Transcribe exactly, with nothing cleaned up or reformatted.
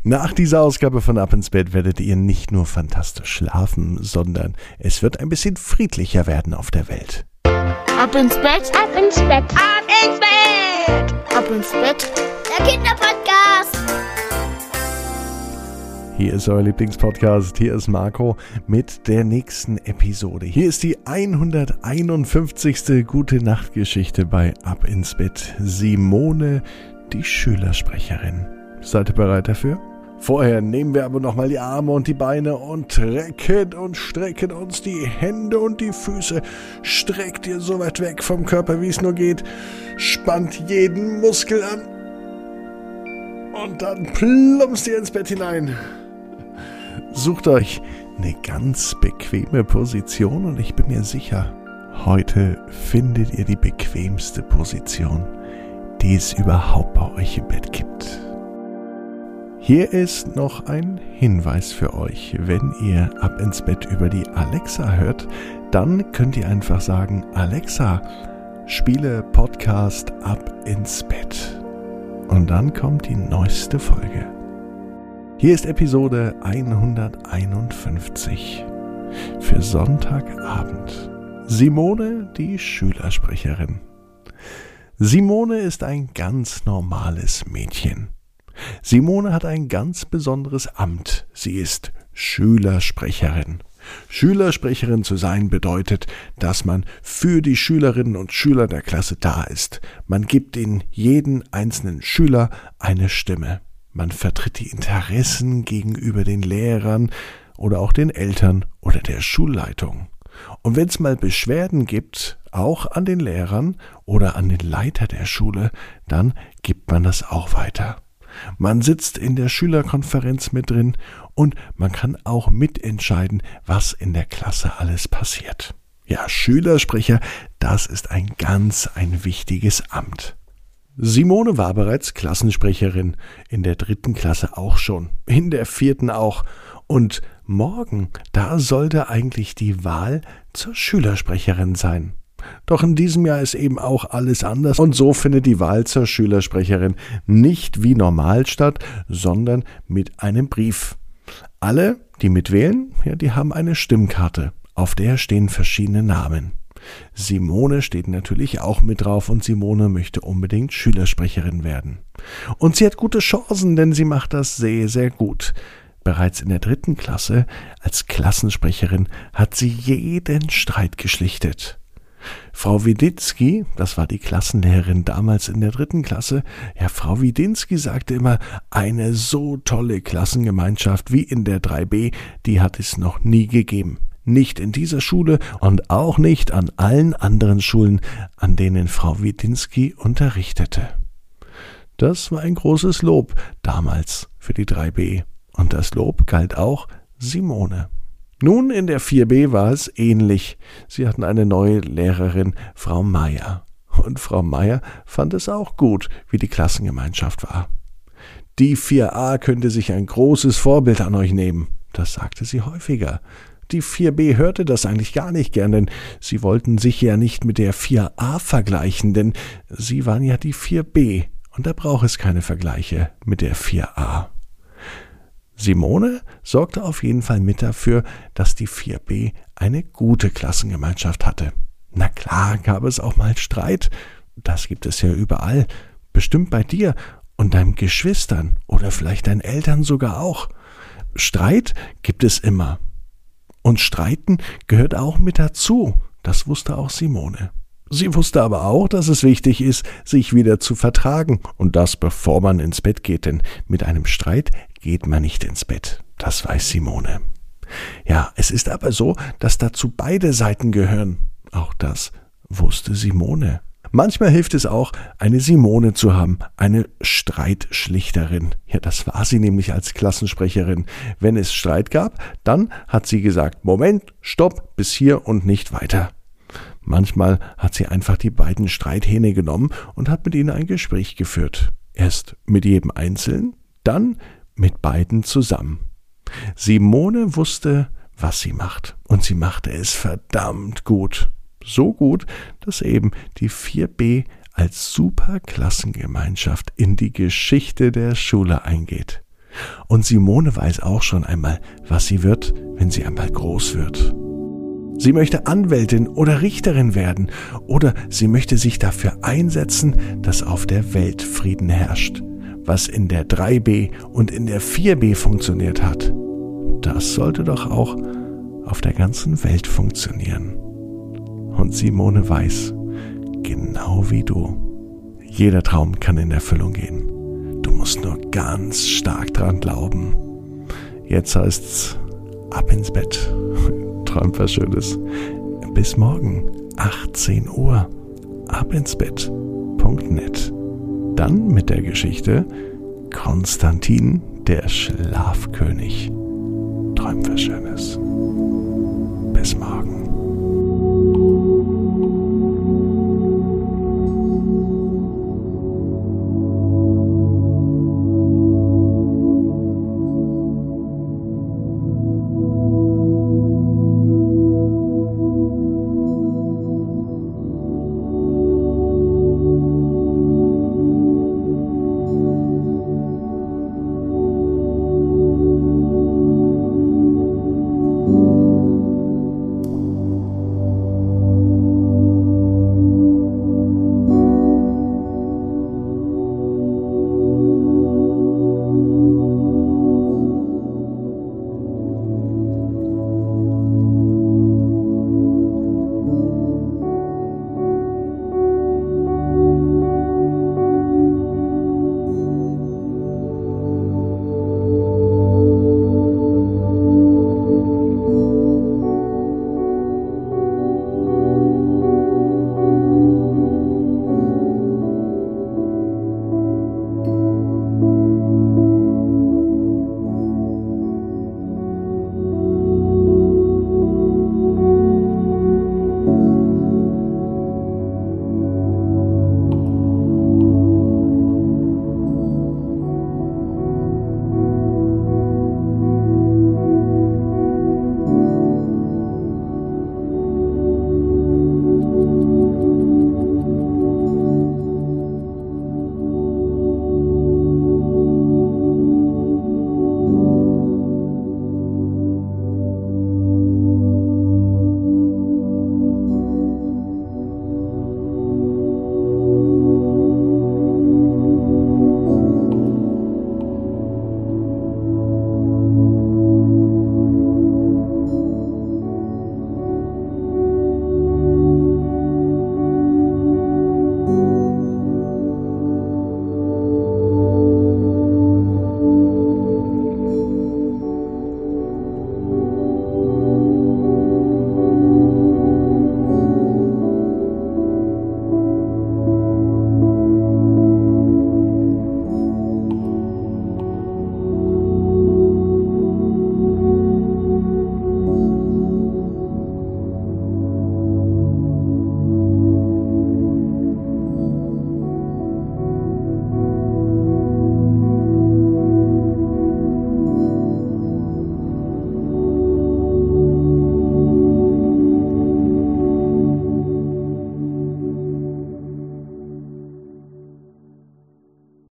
Nach dieser Ausgabe von Ab ins Bett werdet ihr nicht nur fantastisch schlafen, sondern es wird ein bisschen friedlicher werden auf der Welt. Ab ins Bett, ab ins Bett, ab ins Bett, ab ins Bett, der Kinderpodcast. Hier ist euer Lieblingspodcast, hier ist Marco mit der nächsten Episode. Hier ist die hunderteinundfünfzigste Gute-Nacht-Geschichte bei Ab ins Bett. Simone, die Schülersprecherin. Seid ihr bereit dafür? Vorher nehmen wir aber nochmal die Arme und die Beine und recken und strecken uns die Hände und die Füße. Streckt ihr so weit weg vom Körper, wie es nur geht. Spannt jeden Muskel an. Und dann plumpst ihr ins Bett hinein. Sucht euch eine ganz bequeme Position und ich bin mir sicher, heute findet ihr die bequemste Position, die es überhaupt bei euch im Bett gibt. Hier ist noch ein Hinweis für euch. Wenn ihr Ab ins Bett über die Alexa hört, dann könnt ihr einfach sagen, Alexa, spiele Podcast Ab ins Bett. Und dann kommt die neueste Folge. Hier ist Episode hunderteinundfünfzig für Sonntagabend. Simone, die Schülersprecherin. Simone ist ein ganz normales Mädchen. Simone hat ein ganz besonderes Amt. Sie ist Schülersprecherin. Schülersprecherin zu sein bedeutet, dass man für die Schülerinnen und Schüler der Klasse da ist. Man gibt ihnen jeden einzelnen Schüler eine Stimme. Man vertritt die Interessen gegenüber den Lehrern oder auch den Eltern oder der Schulleitung. Und wenn es mal Beschwerden gibt, auch an den Lehrern oder an den Leiter der Schule, dann gibt man das auch weiter. Man sitzt in der Schülerkonferenz mit drin und man kann auch mitentscheiden, was in der Klasse alles passiert. Ja, Schülersprecher, das ist ein ganz ein wichtiges Amt. Simone war bereits Klassensprecherin, in der dritten Klasse auch schon, in der vierten auch. Und morgen, da sollte eigentlich die Wahl zur Schülersprecherin sein. Doch in diesem Jahr ist eben auch alles anders und so findet die Wahl zur Schülersprecherin nicht wie normal statt, sondern mit einem Brief. Alle, die mitwählen, ja, die haben eine Stimmkarte, auf der stehen verschiedene Namen. Simone steht natürlich auch mit drauf und Simone möchte unbedingt Schülersprecherin werden. Und sie hat gute Chancen, denn sie macht das sehr, sehr gut. Bereits in der dritten Klasse als Klassensprecherin hat sie jeden Streit geschlichtet. Frau Widinski, das war die Klassenlehrerin damals in der dritten Klasse, ja, Frau Widinski sagte immer, eine so tolle Klassengemeinschaft wie in der drei b, die hat es noch nie gegeben. Nicht in dieser Schule und auch nicht an allen anderen Schulen, an denen Frau Widinski unterrichtete. Das war ein großes Lob damals für die drei b und das Lob galt auch Simone. Nun in der vier b war es ähnlich. Sie hatten eine neue Lehrerin, Frau Meier. Und Frau Meier fand es auch gut, wie die Klassengemeinschaft war. Die vier a könnte sich ein großes Vorbild an euch nehmen. Das sagte sie häufiger. Die vier b hörte das eigentlich gar nicht gern, denn sie wollten sich ja nicht mit der vier a vergleichen, denn sie waren ja die vier b und da braucht es keine Vergleiche mit der vier a. Simone sorgte auf jeden Fall mit dafür, dass die vier b eine gute Klassengemeinschaft hatte. Na klar, gab es auch mal Streit. Das gibt es ja überall. Bestimmt bei dir und deinen Geschwistern oder vielleicht deinen Eltern sogar auch. Streit gibt es immer. Und Streiten gehört auch mit dazu. Das wusste auch Simone. Sie wusste aber auch, dass es wichtig ist, sich wieder zu vertragen. Und das, bevor man ins Bett geht, denn mit einem Streit geht man nicht ins Bett. Das weiß Simone. Ja, es ist aber so, dass dazu beide Seiten gehören. Auch das wusste Simone. Manchmal hilft es auch, eine Simone zu haben, eine Streitschlichterin. Ja, das war sie nämlich als Klassensprecherin. Wenn es Streit gab, dann hat sie gesagt, Moment, stopp, bis hier und nicht weiter. Manchmal hat sie einfach die beiden Streithähne genommen und hat mit ihnen ein Gespräch geführt. Erst mit jedem Einzelnen, dann mit beiden zusammen. Simone wusste, was sie macht. Und sie machte es verdammt gut. So gut, dass eben die vier b als Superklassengemeinschaft in die Geschichte der Schule eingeht. Und Simone weiß auch schon einmal, was sie wird, wenn sie einmal groß wird. Sie möchte Anwältin oder Richterin werden oder sie möchte sich dafür einsetzen, dass auf der Welt Frieden herrscht. Was in der drei b und in der vier b funktioniert hat, das sollte doch auch auf der ganzen Welt funktionieren. Und Simone weiß, genau wie du, jeder Traum kann in Erfüllung gehen. Du musst nur ganz stark dran glauben. Jetzt heißt's ab ins Bett. Träumt was Schönes. Bis morgen, achtzehn Uhr. ab ins Bett punkt net. Dann mit der Geschichte Konstantin, der Schlafkönig. Träumt was Schönes. Bis morgen.